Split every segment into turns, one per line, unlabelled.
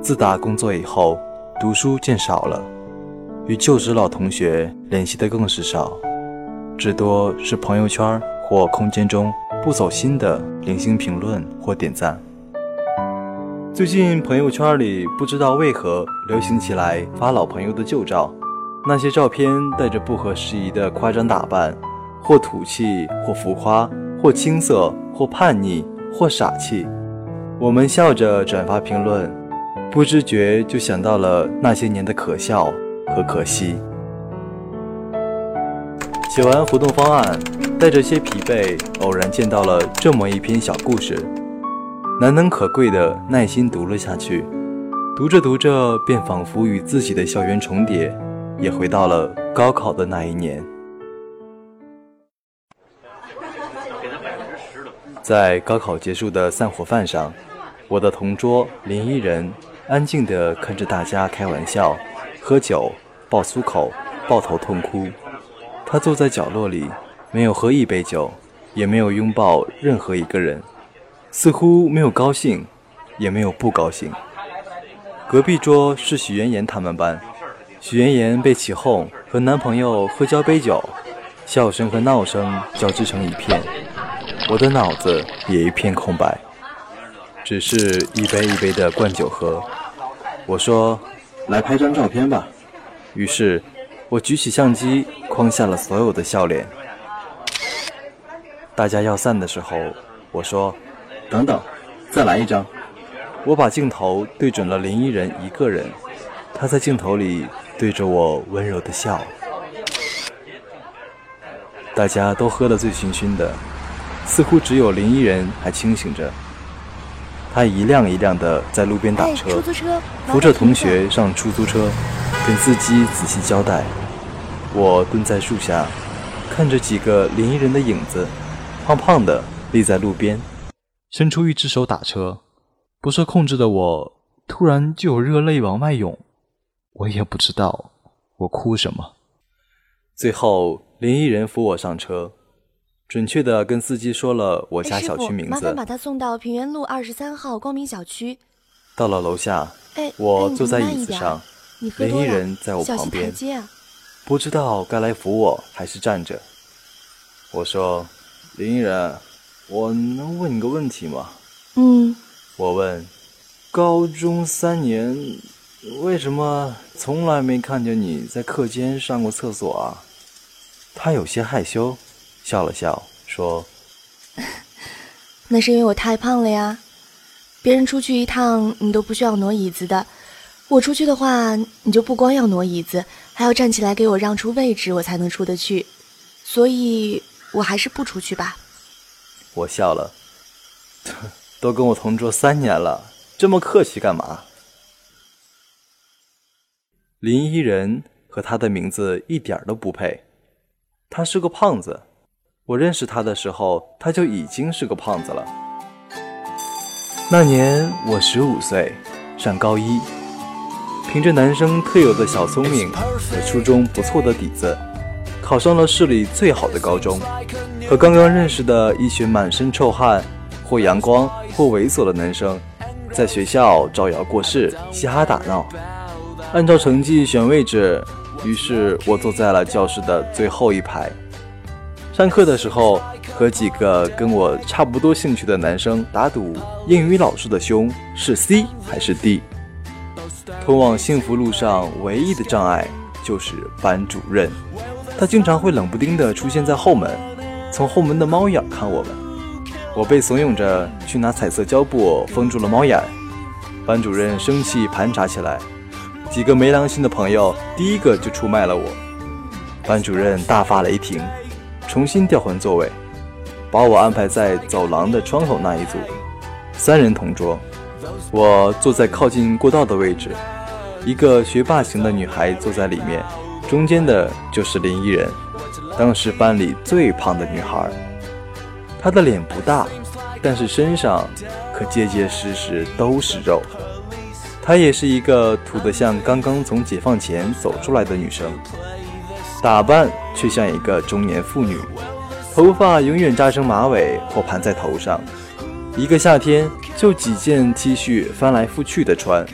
自打工作以后，读书渐少了，与旧时老同学联系的更是少，至多是朋友圈或空间中不走心的零星评论或点赞。最近朋友圈里不知道为何流行起来发老朋友的旧照，那些照片带着不合时宜的夸张打扮，或土气，或浮夸，或青涩，或叛逆，或傻气。我们笑着转发评论，不知觉就想到了那些年的可笑和可惜。写完活动方案，带着些疲惫，偶然见到了这么一篇小故事，难能可贵的耐心读了下去。读着读着，便仿佛与自己的校园重叠，也回到了高考的那一年。在高考结束的散伙饭上，我的同桌林依人安静地看着大家开玩笑、喝酒、爆粗口、抱头痛哭。他坐在角落里，没有喝一杯酒，也没有拥抱任何一个人，似乎没有高兴，也没有不高兴。隔壁桌是许妍妍他们班，许妍妍被起哄和男朋友喝交杯酒，笑声和闹声交织成一片，我的脑子也一片空白，只是一杯一杯的灌酒喝。我说，来拍张照片吧。于是我举起相机，框下了所有的笑脸。大家要散的时候，我说，等等，再来一张。我把镜头对准了林依人一个人，她在镜头里对着我温柔的笑。大家都喝得醉醺醺的，似乎只有林依人还清醒着。他一辆一辆地在路边打车，
出租车
扶着同学上出租车，跟司机仔细交代。我蹲在树下，看着几个林依人的影子，胖胖的立在路边，伸出一只手打车。不受控制的我，突然就有热泪往外涌，我也不知道我哭什么。最后林依人扶我上车，准确地跟司机说了我家小区名字。
麻烦把他送到平原路23号光明小区。
到了楼下，我坐在椅子上，林依人在我旁边，不知道该来扶我还是站着。我说，林依人，我能问你个问题吗？我问，高中3年，为什么从来没看见你在课间上过厕所啊？他有些害羞，笑了笑说，
那是因为我太胖了呀，别人出去一趟你都不需要挪椅子的，我出去的话你就不光要挪椅子，还要站起来给我让出位置，我才能出得去，所以我还是不出去吧。
我笑了，都跟我同桌3年了，这么客气干嘛？林依人和他的名字一点都不配，他是个胖子，我认识他的时候他就已经是个胖子了。那年我15岁，上高1，凭着男生特有的小聪明和初中不错的底子，考上了市里最好的高中，和刚刚认识的一群满身臭汗或阳光或猥琐的男生在学校招摇过市，嘻哈打闹，按照成绩选位置，于是我坐在了教室的最后一排。上课的时候和几个跟我差不多兴趣的男生打赌英语老师的胸是 C 还是 D。 通往幸福路上唯一的障碍就是班主任，他经常会冷不丁地出现在后门，从后门的猫眼看我们。我被怂恿着去拿彩色胶布封住了猫眼，班主任生气盘查起来，几个没良心的朋友第一个就出卖了我。班主任大发雷霆，重新调换座位，把我安排在走廊的窗口那一组，3人同桌，我坐在靠近过道的位置，一个学霸型的女孩坐在里面，中间的就是林依人，当时班里最胖的女孩。她的脸不大，但是身上可结结实实都是肉。她也是一个土得像刚刚从解放前走出来的女生，打扮却像一个中年妇女，头发永远扎成马尾或盘在头上，一个夏天就几件 T 恤翻来覆去的穿，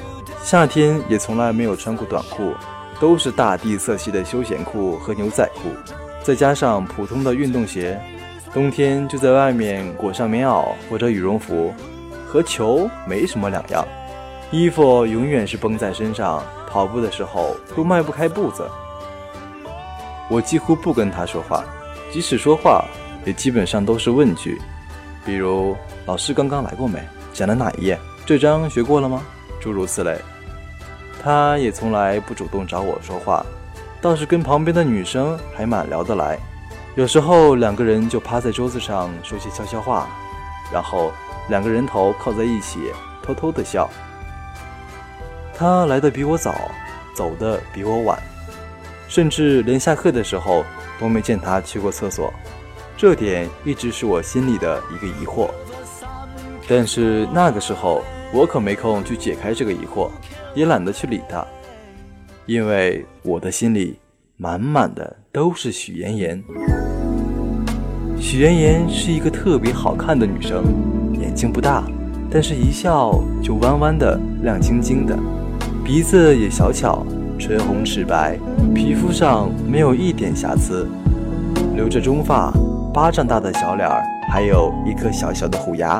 夏天也从来没有穿过短裤，都是大地色系的休闲裤和牛仔裤，再加上普通的运动鞋。冬天就在外面裹上棉袄或者羽绒服，和球没什么两样。衣服永远是绷在身上，跑步的时候都迈不开步子。我几乎不跟他说话，即使说话也基本上都是问句，比如老师刚刚来过没？讲了哪一页？这章学过了吗？诸如此类。他也从来不主动找我说话，倒是跟旁边的女生还蛮聊得来。有时候2个人就趴在桌子上说些悄悄话，然后2个人头靠在一起偷偷的笑。他来得比我早，走得比我晚，甚至连下课的时候都没见他去过厕所，这点一直是我心里的一个疑惑。但是那个时候我可没空去解开这个疑惑，也懒得去理他，因为我的心里满满的都是许妍妍。许妍妍是一个特别好看的女生，眼睛不大，但是一笑就弯弯的亮晶晶的，鼻子也小巧，唇红齿白，皮肤上没有一点瑕疵，留着中发，巴掌大的小脸儿，还有一颗小小的虎牙。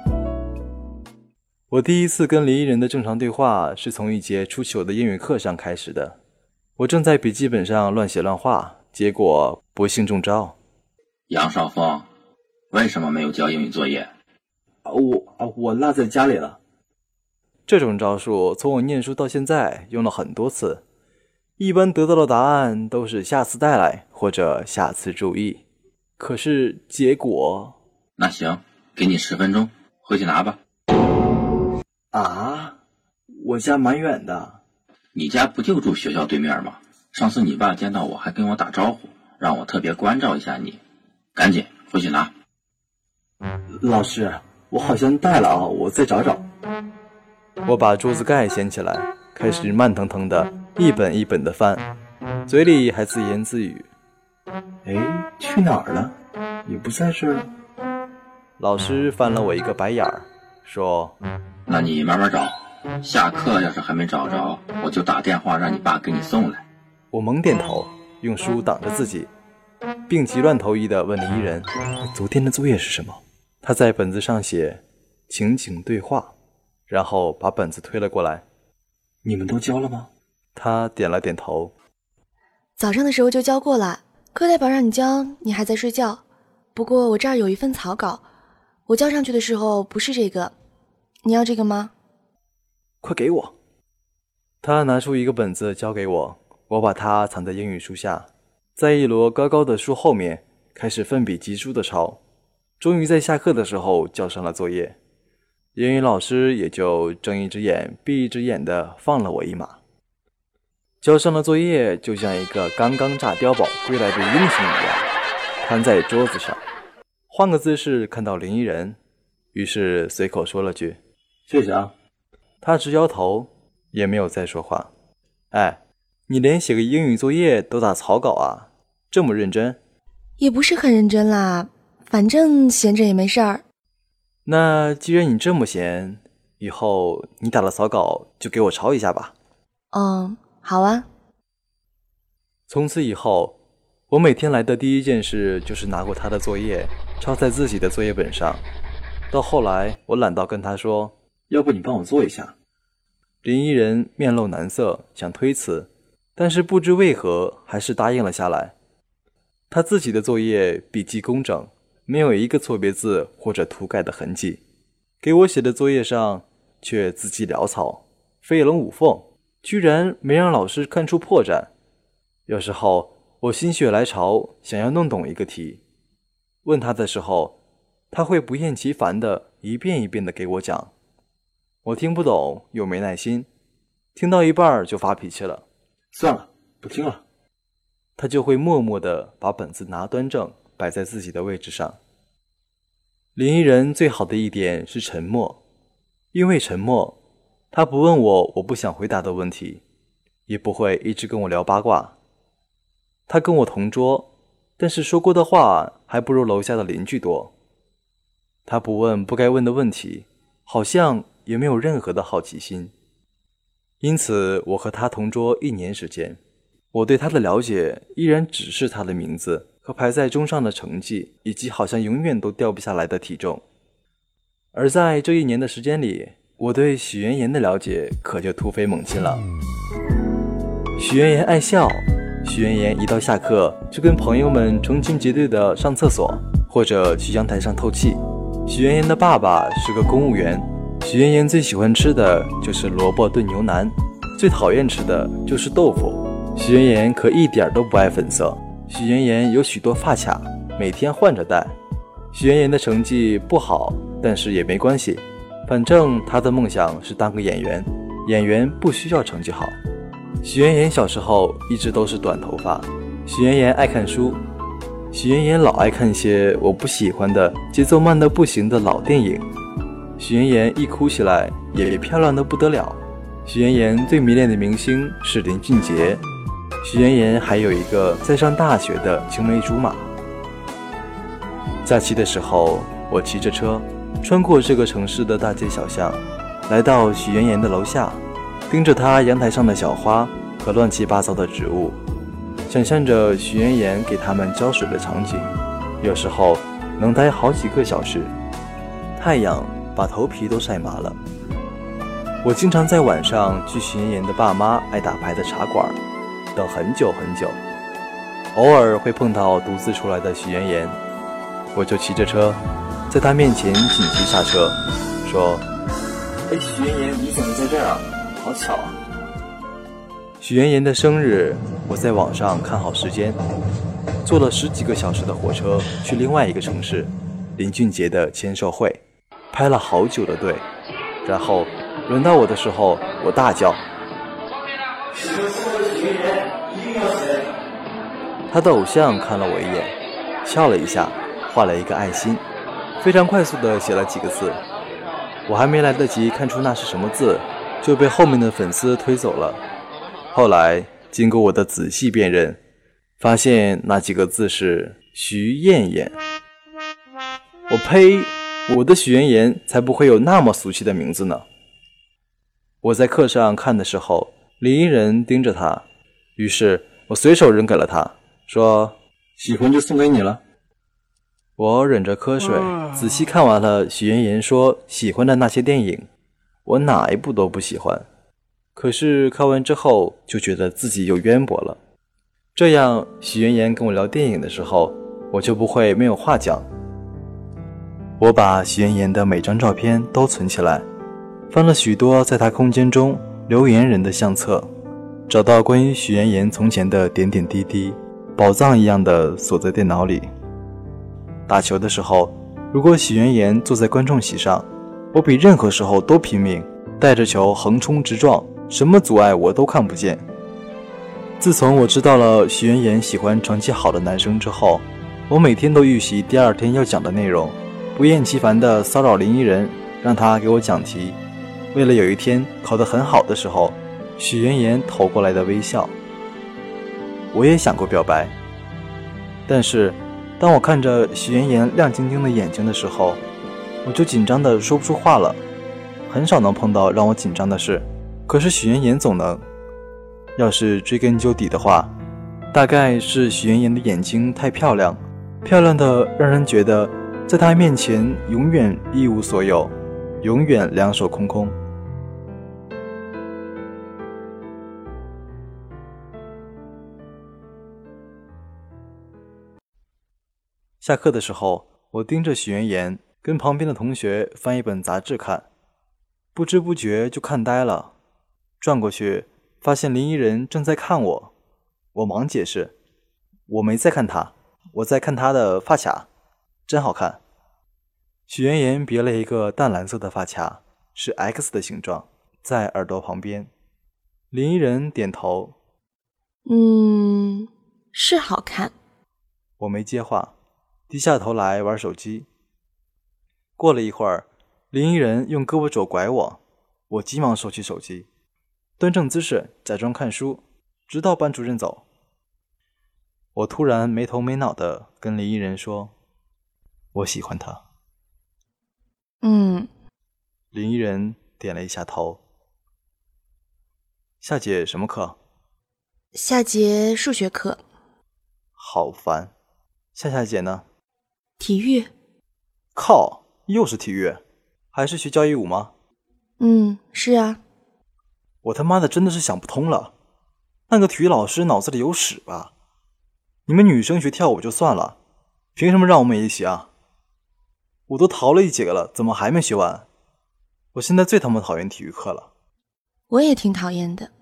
我第一次跟林依人的正常对话是从一节出糗的英语课上开始的。我正在笔记本上乱写乱画，结果不幸中招。
杨少峰，为什么没有交英语作业？
我落在家里了。这种招数从我念书到现在用了很多次，一般得到的答案都是下次带来或者下次注意。可是结果……
那行，给你10分钟，回去拿吧。
啊，我家蛮远的。
你家不就住学校对面吗？上次你爸见到我还跟我打招呼，让我特别关照一下你。赶紧回去拿。
老师，我好像带了啊，我再找找。我把桌子盖掀起来，开始慢腾腾的一本一本的翻，嘴里还自言自语：哎，去哪儿了？也不在这儿了。老师翻了我一个白眼儿，说：
那你慢慢找，下课要是还没找着，我就打电话让你爸给你送来。
我猛点头，用书挡着自己，病急乱投医地问林依人：昨天的作业是什么？他在本子上写情景对话，然后把本子推了过来。你们都交了吗？他点了点头。
早上的时候就交过了，课代表让你交，你还在睡觉。不过我这儿有一份草稿，我交上去的时候不是这个，你要这个吗？
快给我。他拿出一个本子交给我，我把它藏在英语书下，在一摞高高的书后面开始奋笔疾书的抄，终于在下课的时候交上了作业。英语老师也就睁一只眼闭一只眼的放了我一马。交上了作业，就像一个刚刚炸碉堡归来的英雄一样，摊在桌子上，换个姿势看到林依人，于是随口说了句：谢谢啊。他直摇头，也没有再说话。哎，你连写个英语作业都打草稿啊？这么认真？
也不是很认真啦，反正闲着也没事儿。
那既然你这么闲，以后你打了草稿就给我抄一下吧。
好啊。
从此以后，我每天来的第一件事就是拿过他的作业，抄在自己的作业本上。到后来，我懒到跟他说：要不你帮我做一下。林依人面露难色，想推辞，但是不知为何还是答应了下来。他自己的作业笔记工整，没有一个错别字或者涂改的痕迹，给我写的作业上却字迹潦草，飞龙舞凤，居然没让老师看出破绽。有时候我心血来潮想要弄懂一个题，问他的时候，他会不厌其烦地一遍一遍地给我讲。我听不懂又没耐心，听到一半就发脾气了，算了，不听了。他就会默默地把本子拿端正，摆在自己的位置上。林依人最好的一点是沉默，因为沉默，他不问我不想回答的问题，也不会一直跟我聊八卦。他跟我同桌，但是说过的话还不如楼下的邻居多。他不问不该问的问题，好像也没有任何的好奇心。 因此我和他同桌1年时间，我对他的了解依然只是他的名字和排在中上的成绩，以及好像永远都掉不下来的体重。而在这1年的时间里，我对许妍妍的了解可就突飞猛进了。许妍妍爱笑，许妍妍一到下课就跟朋友们成群结队的上厕所，或者去阳台上透气。许妍妍的爸爸是个公务员，许妍妍最喜欢吃的就是萝卜炖牛腩，最讨厌吃的就是豆腐。许妍妍可一点都不爱粉色，许妍妍有许多发卡，每天换着戴。许妍妍的成绩不好，但是也没关系，反正她的梦想是当个演员，演员不需要成绩好。许妍妍小时候一直都是短头发。许妍妍爱看书，许妍妍老爱看些我不喜欢的节奏慢得不行的老电影。许妍妍一哭起来也漂亮得不得了。许妍妍最迷恋的明星是林俊杰。许妍妍还有一个在上大学的青梅竹马。假期的时候，我骑着车穿过这个城市的大街小巷，来到许妍妍的楼下，盯着她阳台上的小花和乱七八糟的植物，想象着许妍妍给他们浇水的场景，有时候能待好几个小时，太阳把头皮都晒麻了。我经常在晚上去许妍妍的爸妈爱打牌的茶馆等很久很久，偶尔会碰到独自出来的许妍妍，我就骑着车在她面前紧急刹车，说：许妍妍，你怎么在这儿啊？好巧啊。许妍妍的生日，我在网上看好时间，坐了10几个小时的火车去另外一个城市，林俊杰的签售会，排了好久的队，然后轮到我的时候，我大叫：他的偶像看了我一眼，笑了一下，画了一个爱心，非常快速地写了几个字。我还没来得及看出那是什么字，就被后面的粉丝推走了。后来经过我的仔细辨认，发现那几个字是徐艳艳。我呸，我的许妍妍才不会有那么俗气的名字呢。我在课上看的时候，林依人盯着他，于是我随手扔给了他，说：喜欢就送给你了。我忍着瞌睡，仔细看完了许妍妍说喜欢的那些电影，我哪一部都不喜欢。可是看完之后就觉得自己又渊博了，这样许妍妍跟我聊电影的时候，我就不会没有话讲。我把许妍妍的每张照片都存起来，翻了许多在她空间中留言人的相册，找到关于许妍妍从前的点点滴滴，宝藏一样的锁在电脑里。打球的时候，如果许妍妍坐在观众席上，我比任何时候都拼命，带着球横冲直撞，什么阻碍我都看不见。自从我知道了许妍妍喜欢成绩好的男生之后，我每天都预习第2天要讲的内容，不厌其烦地骚扰林依人，让他给我讲题。为了有一天考得很好的时候，许妍妍投过来的微笑。我也想过表白，但是当我看着许妍妍亮晶晶的眼睛的时候，我就紧张的说不出话了。很少能碰到让我紧张的事，可是许妍妍总能。要是追根究底的话，大概是许妍妍的眼睛太漂亮，漂亮的让人觉得在她面前永远一无所有，永远两手空空。下课的时候，我盯着许妍妍跟旁边的同学翻一本杂志看，不知不觉就看呆了。转过去发现林依人正在看我，我忙解释，我没在看他，我在看他的发卡，真好看。许妍妍别了一个淡蓝色的发卡，是 X 的形状，在耳朵旁边。林依人点头，
是好看。
我没接话，低下头来玩手机。过了一会儿，林依人用胳膊肘拐我，我急忙收起手机，端正姿势假装看书，直到班主任走。我突然没头没脑地跟林依人说，我喜欢他。林依人点了一下头。 下节什么课？
下节数学课。
好烦。下节呢？
体育。
靠，又是体育？还是学交谊舞吗？
是啊。
我他妈的真的是想不通了，那个体育老师脑子里有屎吧？你们女生学跳舞就算了，凭什么让我们一起啊？我都逃了一节了，怎么还没学完？我现在最他妈讨厌体育课了。
我也挺讨厌的。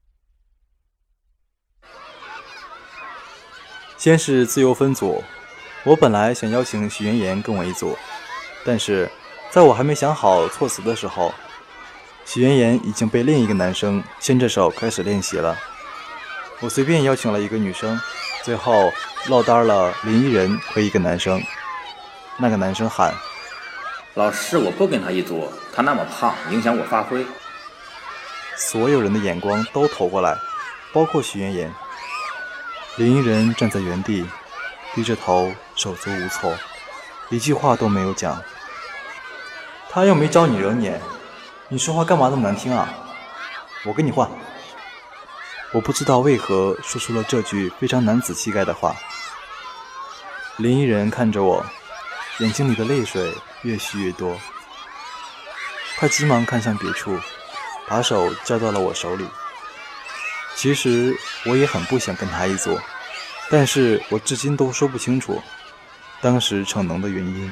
先是自由分组，我本来想邀请许妍妍跟我一组，但是在我还没想好措辞的时候，许妍妍已经被另一个男生牵着手开始练习了。我随便邀请了一个女生，最后落单了林依人和一个男生。那个男生喊：
老师，我不跟他一组，他那么胖，影响我发挥。
所有人的眼光都投过来，包括许妍妍。林依人站在原地，低着头，手足无措，一句话都没有讲。他又没招你惹你说话干嘛那么难听啊？我跟你换。我不知道为何说出了这句非常男子气概的话。林依人看着我，眼睛里的泪水越蓄越多。他急忙看向别处，把手交到了我手里。其实我也很不想跟他一组，但是我至今都说不清楚当时逞能的原因。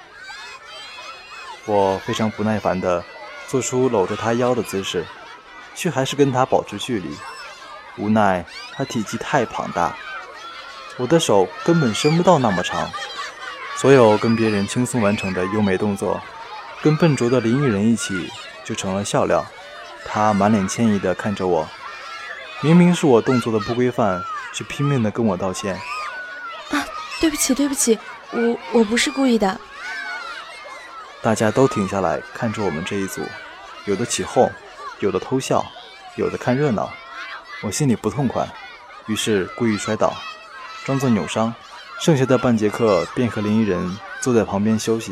我非常不耐烦地做出搂着他腰的姿势，却还是跟他保持距离。无奈他体积太庞大，我的手根本伸不到那么长。所有跟别人轻松完成的优美动作，跟笨拙的林依人一起就成了笑料。他满脸歉意地看着我，明明是我动作的不规范，却拼命地跟我道歉。
对不起，我不是故意的。
大家都停下来看着我们这一组，有的起哄，有的偷笑，有的看热闹。我心里不痛快，于是故意摔倒，装作扭伤。剩下的半节课便和林依人坐在旁边休息。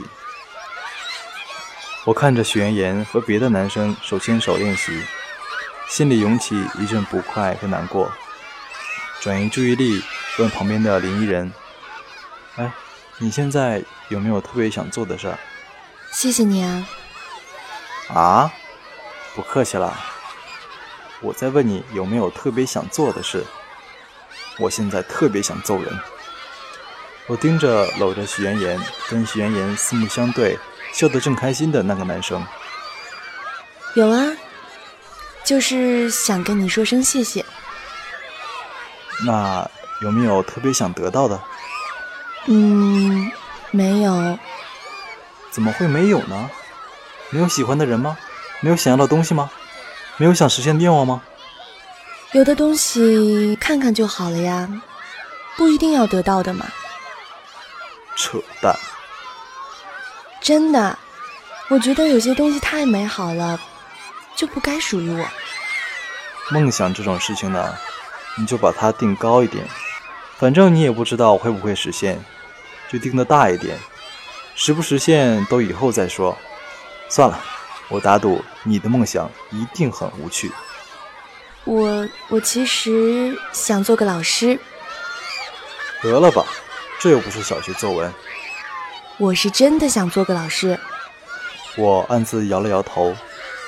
我看着许妍妍和别的男生手牵手练习，心里涌起一阵不快和难过。转移注意力，问旁边的林依人：你现在有没有特别想做的事儿？
谢谢你啊。
啊？不客气啦。我在问你有没有特别想做的事。我现在特别想揍人。我盯着搂着许妍妍，跟许妍妍四目相对，笑得正开心的那个男生。
有啊，就是想跟你说声谢谢。
那有没有特别想得到的？
没有。
怎么会没有呢？没有喜欢的人吗？没有想要的东西吗？没有想实现的愿望吗？
有的东西看看就好了呀，不一定要得到的嘛。
扯淡。
真的，我觉得有些东西太美好了，就不该属于我。
梦想这种事情呢，你就把它定高一点，反正你也不知道会不会实现，就定得大一点，实不实现都以后再说。算了，我打赌你的梦想一定很无趣。
我其实想做个老师。
得了吧，这又不是小学作文。
我是真的想做个老师。
我暗自摇了摇头。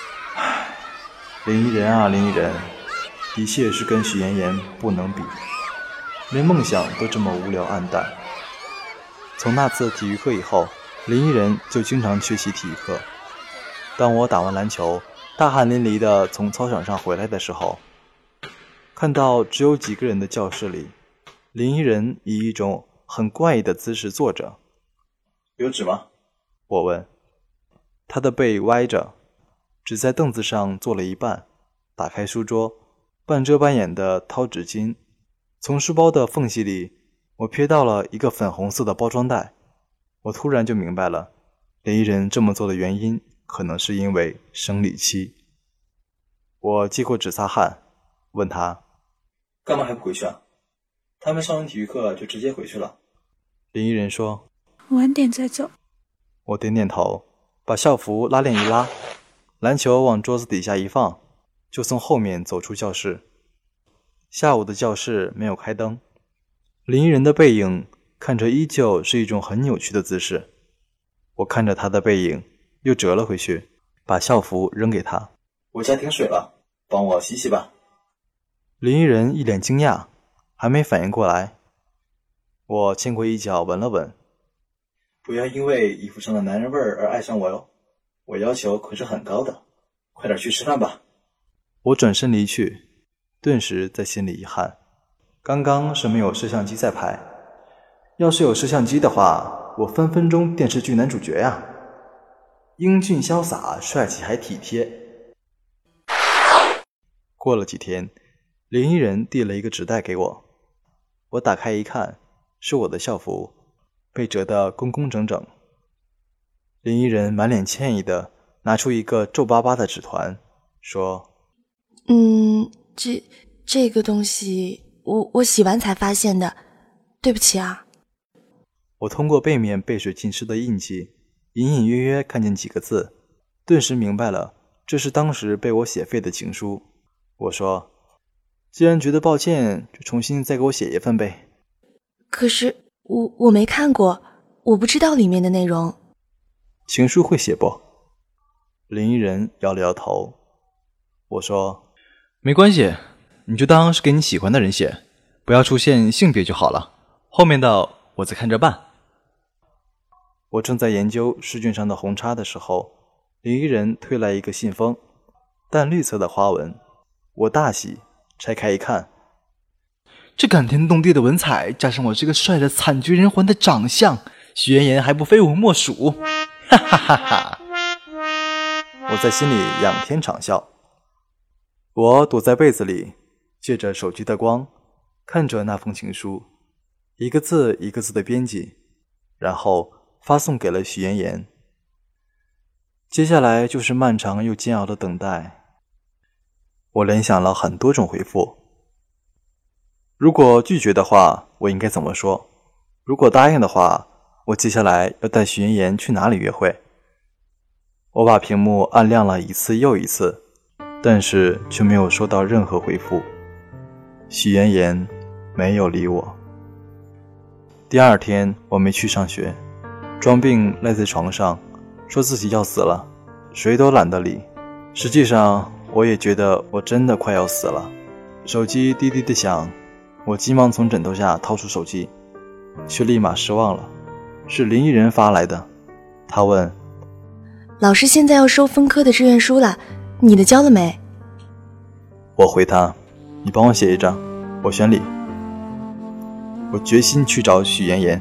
林依人啊，林依人，的确是跟许妍妍不能比，连梦想都这么无聊暗淡。从那次体育课以后，林依人就经常缺席体育课。当我打完篮球，大汗淋漓地从操场上回来的时候，看到只有几个人的教室里，林依人以一种很怪异的姿势坐着。有纸吗？我问。他的背歪着，只在凳子上坐了一半，打开书桌，半遮半掩地掏纸巾。从书包的缝隙里，我瞥到了一个粉红色的包装袋。我突然就明白了，林依人这么做的原因，可能是因为生理期。我接过纸擦汗，问他：干嘛还不回去啊？他们上完体育课就直接回去了。林依人说：
晚点再走。
我点点头，把校服拉链一拉，篮球往桌子底下一放， 就从后面走出教室。下午的教室没有开灯，林依人的背影看着依旧是一种很扭曲的姿势。我看着他的背影，又折了回去，把校服扔给他。我家停水了，帮我洗洗吧。林依人一脸惊讶，还没反应过来。我牵过衣角闻了闻，不要因为衣服上的男人味儿而爱上我哟，我要求可是很高的，快点去吃饭吧。我转身离去，顿时在心里一汗。刚刚是没有摄像机在拍，要是有摄像机的话，我分分钟电视剧男主角呀，英俊潇洒，帅气还体贴。过了几天，林依人递了一个纸袋给我，我打开一看，是我的校服，被折得工工整整。林依人满脸歉意地拿出一个皱巴巴的纸团，说：
这个东西我洗完才发现的，对不起啊。
我通过背面被水浸湿的印记，隐隐约约看见几个字，顿时明白了，这是当时被我写废的情书。我说：既然觉得抱歉，就重新再给我写一份呗。
可是我没看过，我不知道里面的内容。
情书会写不？林依人摇了摇头。我说：没关系，你就当是给你喜欢的人写，不要出现性别就好了，后面的我再看着办。我正在研究试卷上的红叉的时候，林依人推来一个信封，淡绿色的花纹。我大喜，拆开一看，这感天动地的文采，加上我这个帅得惨绝人寰的长相，许妍妍还不非我莫属，哈哈哈哈！我在心里仰天长啸。我躲在被子里，借着手机的光，看着那封情书，一个字一个字的编辑，然后发送给了许妍妍。接下来就是漫长又煎熬的等待。我联想了很多种回复，如果拒绝的话，我应该怎么说？如果答应的话，我接下来要带许妍妍去哪里约会？我把屏幕按亮了一次又一次，但是却没有收到任何回复。许妍妍没有理我。第二天我没去上学，装病赖在床上，说自己要死了，谁都懒得理。实际上我也觉得我真的快要死了。手机滴滴的响，我急忙从枕头下掏出手机，却立马失望了，是林依人发来的。他问：
老师现在要收分科的志愿书了，你的交了没？
我回他：你帮我写一张，我选理。我决心去找许妍妍。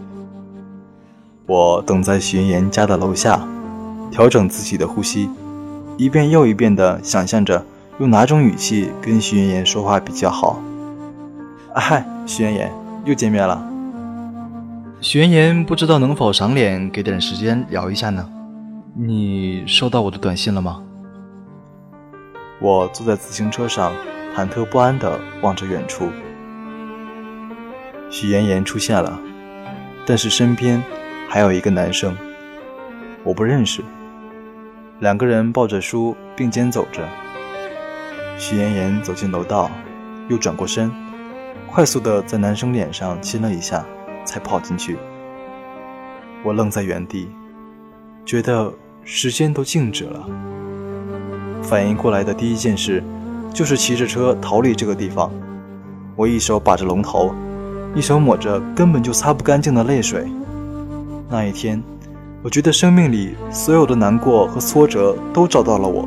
我等在许妍妍家的楼下，调整自己的呼吸，一遍又一遍地想象着用哪种语气跟许妍妍说话比较好。嗨，许妍妍，又见面了。许妍妍不知道能否赏脸给点时间聊一下呢？你收到我的短信了吗？我坐在自行车上，忐忑不安地望着远处。许妍妍出现了，但是身边还有一个男生，我不认识。两个人抱着书并肩走着。许妍妍走进楼道，又转过身，快速地在男生脸上亲了一下，才跑进去。我愣在原地，觉得时间都静止了。反应过来的第一件事就是骑着车逃离这个地方。我一手把着龙头，一手抹着根本就擦不干净的泪水。那一天，我觉得生命里所有的难过和挫折都找到了我。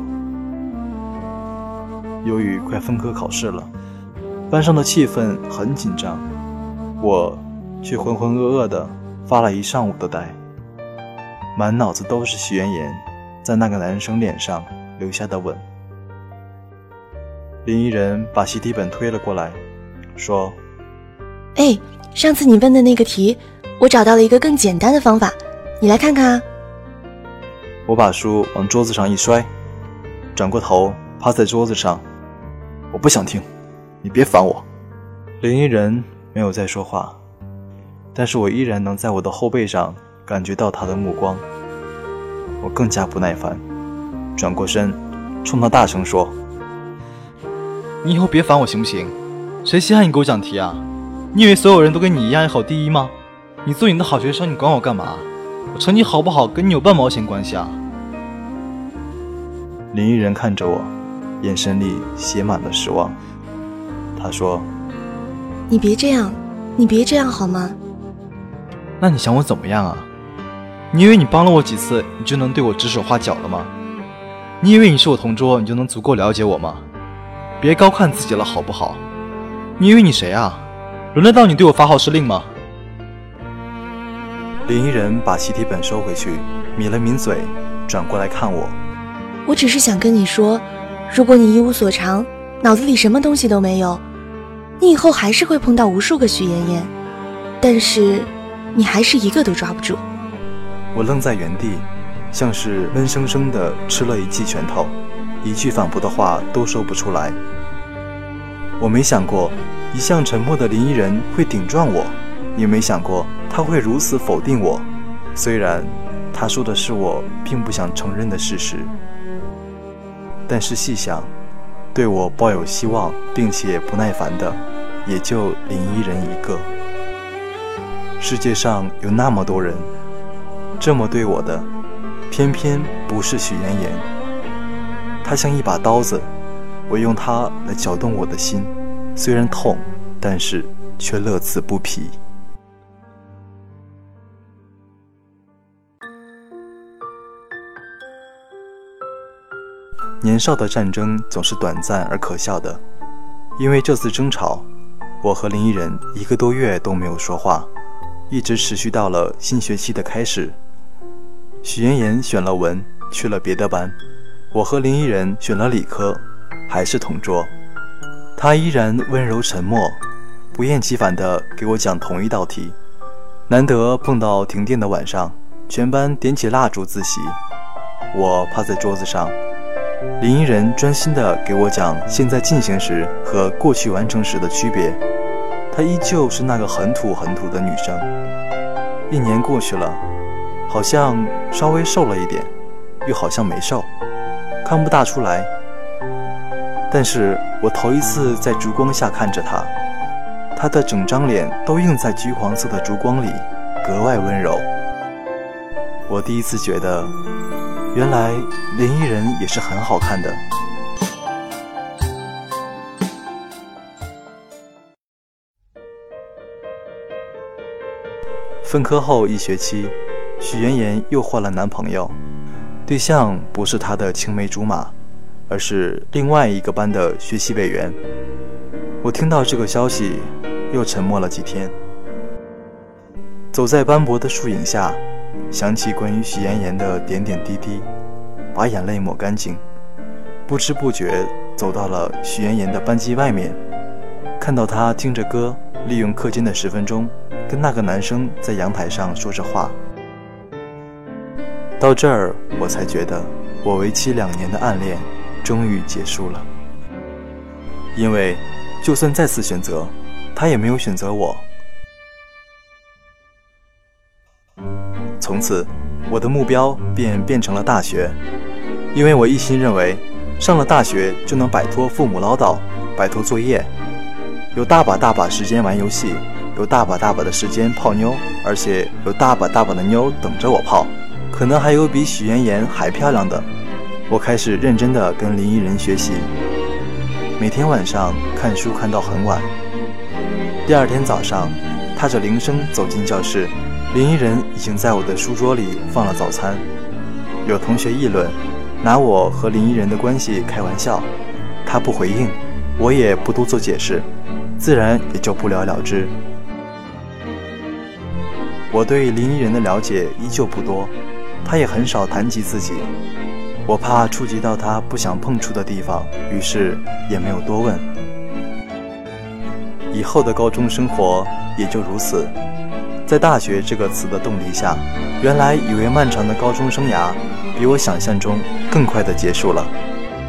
由于快分科考试了，班上的气氛很紧张，我却浑浑噩噩地发了一上午的呆，满脑子都是许妍妍在那个男生脸上留下的吻。林依人把习题本推了过来，说：
上次你问的那个题，我找到了一个更简单的方法，你来看看啊。
我把书往桌子上一摔，转过头趴在桌子上。我不想听，你别烦我。林依人没有再说话，但是我依然能在我的后背上感觉到他的目光。我更加不耐烦，转过身冲他大声说：
你以后别烦我行不行？谁稀罕你给我讲题啊？你以为所有人都跟你一样要考第一吗？你做你的好学生，你管我干嘛？我成绩好不好跟你有半毛钱关系啊？
林依人看着我，眼神里写满了失望。他说：
你别这样，你别这样好吗？
那你想我怎么样啊？你以为你帮了我几次，你就能对我指手画脚了吗？你以为你是我同桌，你就能足够了解我吗？别高看自己了好不好？你以为你谁啊？轮得到你对我发号施令吗？
林依人把习题本收回去，抿了抿嘴，转过来看我。
我只是想跟你说，如果你一无所长，脑子里什么东西都没有，你以后还是会碰到无数个许妍妍，但是你还是一个都抓不住。
我愣在原地，像是闷生生地吃了一记拳头，一句反驳的话都说不出来。我没想过一向沉默的林依人会顶撞我，也没想过他会如此否定我，虽然他说的是我并不想承认的事实。但是细想，对我抱有希望并且不耐烦的也就林依人一个。世界上有那么多人这么对我的，偏偏不是许妍妍。她像一把刀子，我用它来搅动我的心，虽然痛，但是却乐此不疲。年少的战争总是短暂而可笑的，因为这次争吵，我和林依人1个多月都没有说话，一直持续到了新学期的开始。许妍妍选了文，去了别的班，我和林依人选了理科，还是同桌。她依然温柔沉默，不厌其烦地给我讲同一道题。难得碰到停电的晚上，全班点起蜡烛自习，我趴在桌子上，林依人专心地给我讲现在进行时和过去完成时的区别。她依旧是那个很土的女生。1年过去了，好像稍微瘦了一点，又好像没瘦，看不大出来。但是我头一次在烛光下看着她，她的整张脸都映在橘黄色的烛光里，格外温柔。我第一次觉得，原来林依人也是很好看的。分科后1学期，许妍妍又换了男朋友，对象不是她的青梅竹马，而是另外一个班的学习委员。我听到这个消息，又沉默了几天。走在斑驳的树影下，想起关于许妍妍的点点滴滴，把眼泪抹干净，不知不觉走到了许妍妍的班级外面，看到她听着歌，利用课间的10分钟跟那个男生在阳台上说着话。到这儿我才觉得我为期2年的暗恋终于结束了。因为就算再次选择，他也没有选择我。从此我的目标便变成了大学，因为我一心认为上了大学就能摆脱父母唠叨，摆脱作业，有大把时间玩游戏，有大把的时间泡妞，而且有大把的妞等着我泡，可能还有比许妍妍还漂亮的。我开始认真地跟林依人学习，每天晚上看书看到很晚。第2天早上，踏着铃声走进教室，林依人已经在我的书桌里放了早餐。有同学议论，拿我和林依人的关系开玩笑，他不回应，我也不多做解释，自然也就不了了之。我对林依人的了解依旧不多，他也很少谈及自己，我怕触及到他不想碰触的地方，于是也没有多问。以后的高中生活也就如此，在大学这个词的动力下，原来以为漫长的高中生涯比我想象中更快地结束了。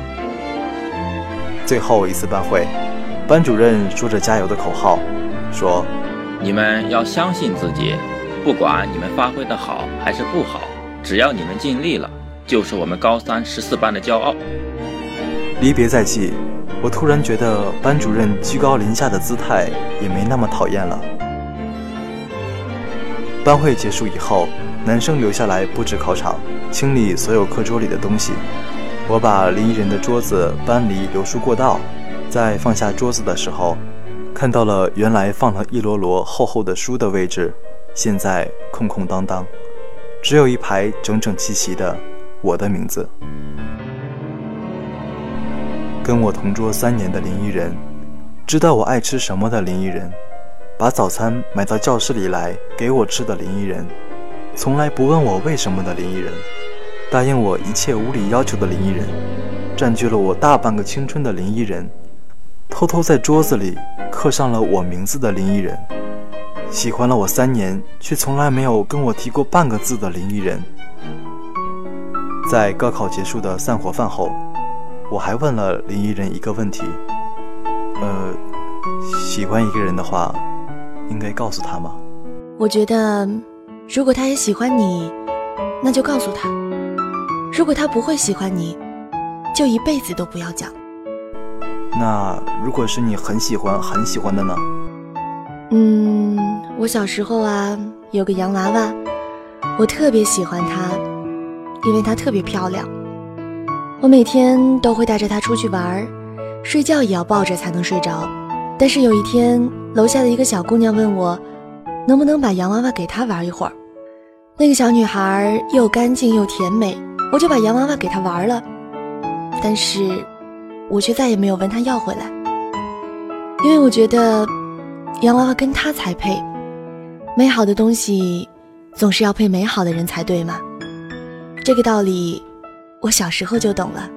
最后一次班会，班主任说着加油的口号，说：
你们要相信自己，不管你们发挥的好还是不好，只要你们尽力了，就是我们高314班的骄傲。
离别在即，我突然觉得班主任居高临下的姿态也没那么讨厌了。班会结束以后，男生留下来布置考场，清理所有课桌里的东西。我把林依人的桌子搬离留书过道，在放下桌子的时候，看到了原来放了一摞摞厚厚的书的位置，现在空空荡荡，只有一排整整齐齐的我的名字。跟我同桌3年的林依人，知道我爱吃什么的林依人，把早餐买到教室里来给我吃的林依人，从来不问我为什么的林依人，答应我一切无理要求的林依人，占据了我大半个青春的林依人，偷偷在桌子里刻上了我名字的林依人，喜欢了我3年却从来没有跟我提过半个字的林依人。在高考结束的散伙饭后，我还问了林依人一个问题，喜欢一个人的话，应该告诉他吗？
我觉得，如果他也喜欢你，那就告诉他；如果他不会喜欢你，就一辈子都不要讲。
那如果是你很喜欢的呢？
我小时候啊，有个洋娃娃，我特别喜欢她，因为她特别漂亮。我每天都会带着她出去玩，睡觉也要抱着才能睡着。但是有一天，楼下的一个小姑娘问我，能不能把洋娃娃给她玩一会儿。那个小女孩又干净又甜美，我就把洋娃娃给她玩了。但是我却再也没有问她要回来，因为我觉得洋娃娃跟她才配，美好的东西总是要配美好的人才对嘛。这个道理我小时候就懂了。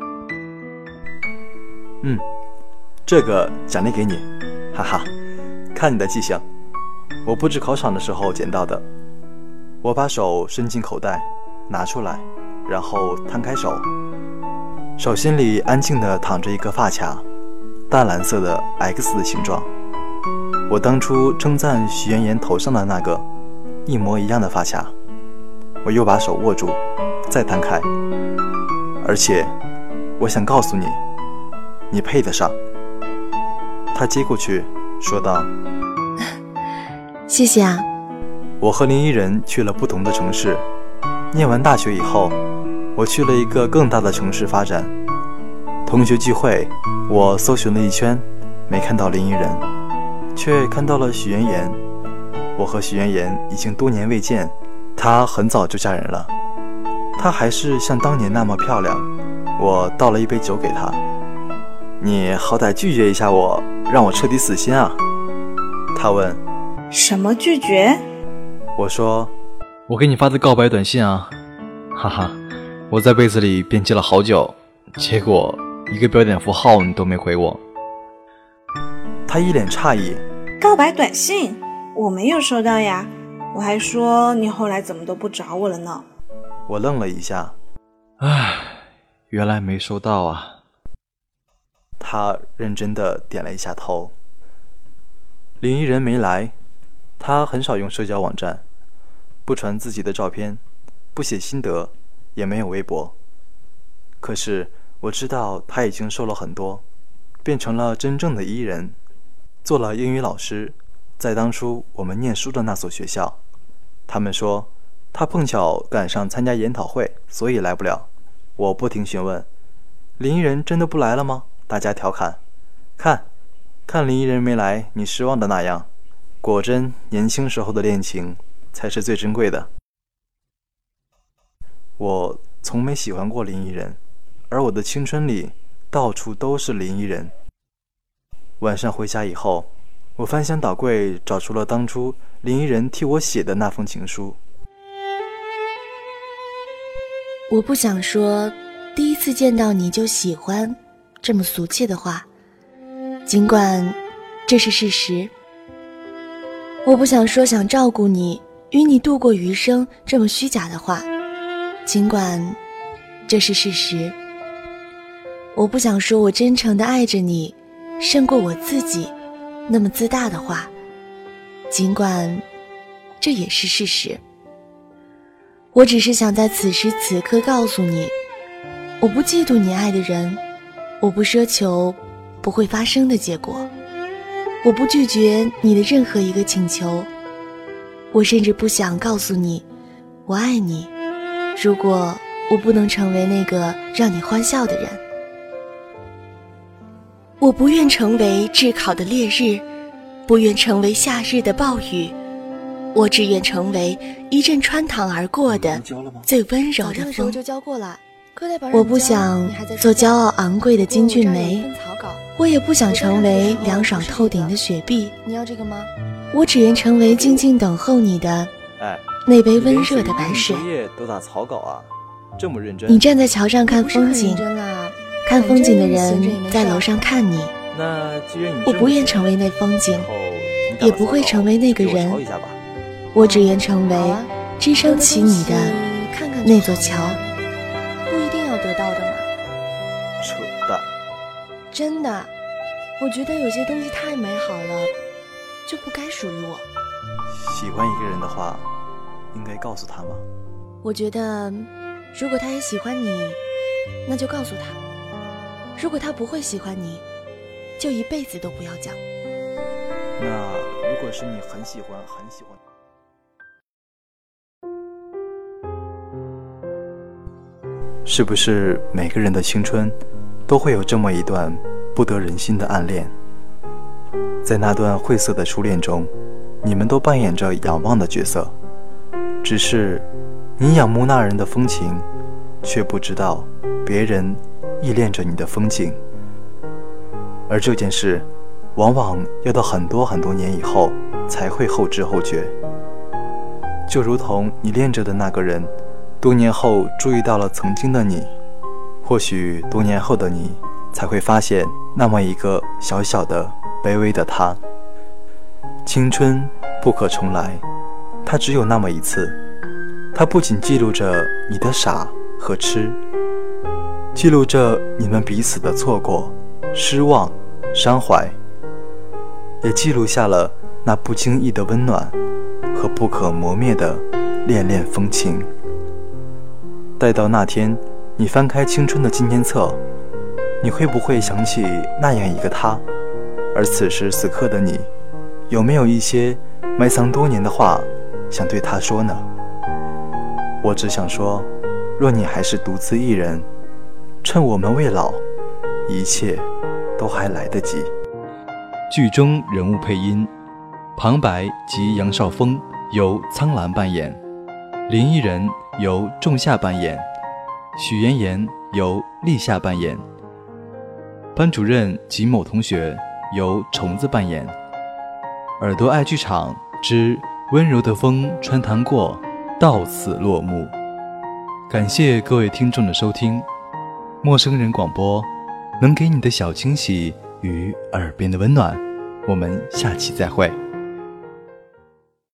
这个奖励给你，哈哈，看你的记性，我布置考场的时候捡到的。我把手伸进口袋，拿出来，然后摊开手，手心里安静地躺着一个发卡，淡蓝色的 X 的形状。我当初称赞许妍妍头上的那个一模一样的发卡。我又把手握住，再摊开，而且我想告诉你，你配得上。他接过去说道，
谢谢啊。
我和林依人去了不同的城市，念完大学以后，我去了一个更大的城市发展。同学聚会，我搜寻了一圈，没看到林依人，却看到了许妍妍。我和许妍妍已经多年未见，她很早就嫁人了，她还是像当年那么漂亮。我倒了一杯酒给她，你好歹拒绝一下我，让我彻底死心啊。她问，
什么拒绝？
我说，
我给你发的告白短信啊，哈哈，我在被子里编辑了好久，结果一个标点符号你都没回我。
他一脸诧异，
告白短信我没有收到呀，我还说你后来怎么都不找我了呢。
我愣了一下，
唉，原来没收到啊。
他认真地点了一下头。林依人没来，他很少用社交网站，不传自己的照片，不写心得，也没有微博。可是我知道他已经瘦了很多，变成了真正的伊人，做了英语老师，在当初我们念书的那所学校。他们说他碰巧赶上参加研讨会，所以来不了。我不停询问，林依人真的不来了吗？大家调侃，看林依人没来，你失望的那样。果真年轻时候的恋情才是最珍贵的。我从没喜欢过林依人，而我的青春里到处都是林依人。晚上回家以后，我翻箱倒柜找出了当初林依人替我写的那封情书。
我不想说第一次见到你就喜欢这么俗气的话，尽管这是事实。我不想说想照顾你，与你度过余生这么虚假的话，尽管这是事实。我不想说我真诚地爱着你，胜过我自己那么自大的话，尽管这也是事实。我只是想在此时此刻告诉你，我不嫉妒你爱的人， 我不奢求不会发生的结果，我不拒绝你的任何一个请求，我甚至不想告诉你我爱你，如果我不能成为那个让你欢笑的人。我不愿成为炙烤的烈日，不愿成为夏日的暴雨，我只愿成为一阵穿堂而过的最温柔的风。我不想做骄傲昂贵的金骏眉，我也不想成为凉爽透顶的雪碧。你要这个吗？我只愿成为静静等候你的那杯温热的白水。
都打草稿啊，这么认真。
你站在桥上看风景，看风景的人在楼上看你。
那既然你
我不愿成为那风景，也不会成为那个人。我只愿成为支撑起你的那座桥。不一定要得到的嘛。
扯淡。
真的，我觉得有些东西太美好了，就不该属于我。
喜欢一个人的话，应该告诉他吗？
我觉得，如果他也喜欢你，那就告诉他；如果他不会喜欢你，就一辈子都不要讲。
那如果是你很喜欢，是不是每个人的青春都会有这么一段不得人心的暗恋？在那段晦涩的初恋中，你们都扮演着仰望的角色，只是你仰慕那人的风情，却不知道别人依恋着你的风景。而这件事往往要到很多很多年以后才会后知后觉。就如同你恋着的那个人多年后注意到了曾经的你，或许多年后的你才会发现那么一个小小的卑微的他。青春不可重来，它只有那么一次。它不仅记录着你的傻和痴，记录着你们彼此的错过、失望、伤怀，也记录下了那不经意的温暖和不可磨灭的恋恋风情。待到那天你翻开青春的纪念册，你会不会想起那样一个他？而此时此刻的你，有没有一些埋藏多年的话想对他说呢？我只想说，若你还是独自一人，趁我们未老，一切都还来得及。
剧中人物配音：旁白及杨少峰由苍兰扮演，林依人由仲夏扮演，许妍妍由立夏扮演，班主任及某同学由虫子扮演。耳朵爱剧场之温柔的风穿堂过到此落幕。感谢各位听众的收听，陌生人广播能给你的小惊喜与耳边的温暖，我们下期再会。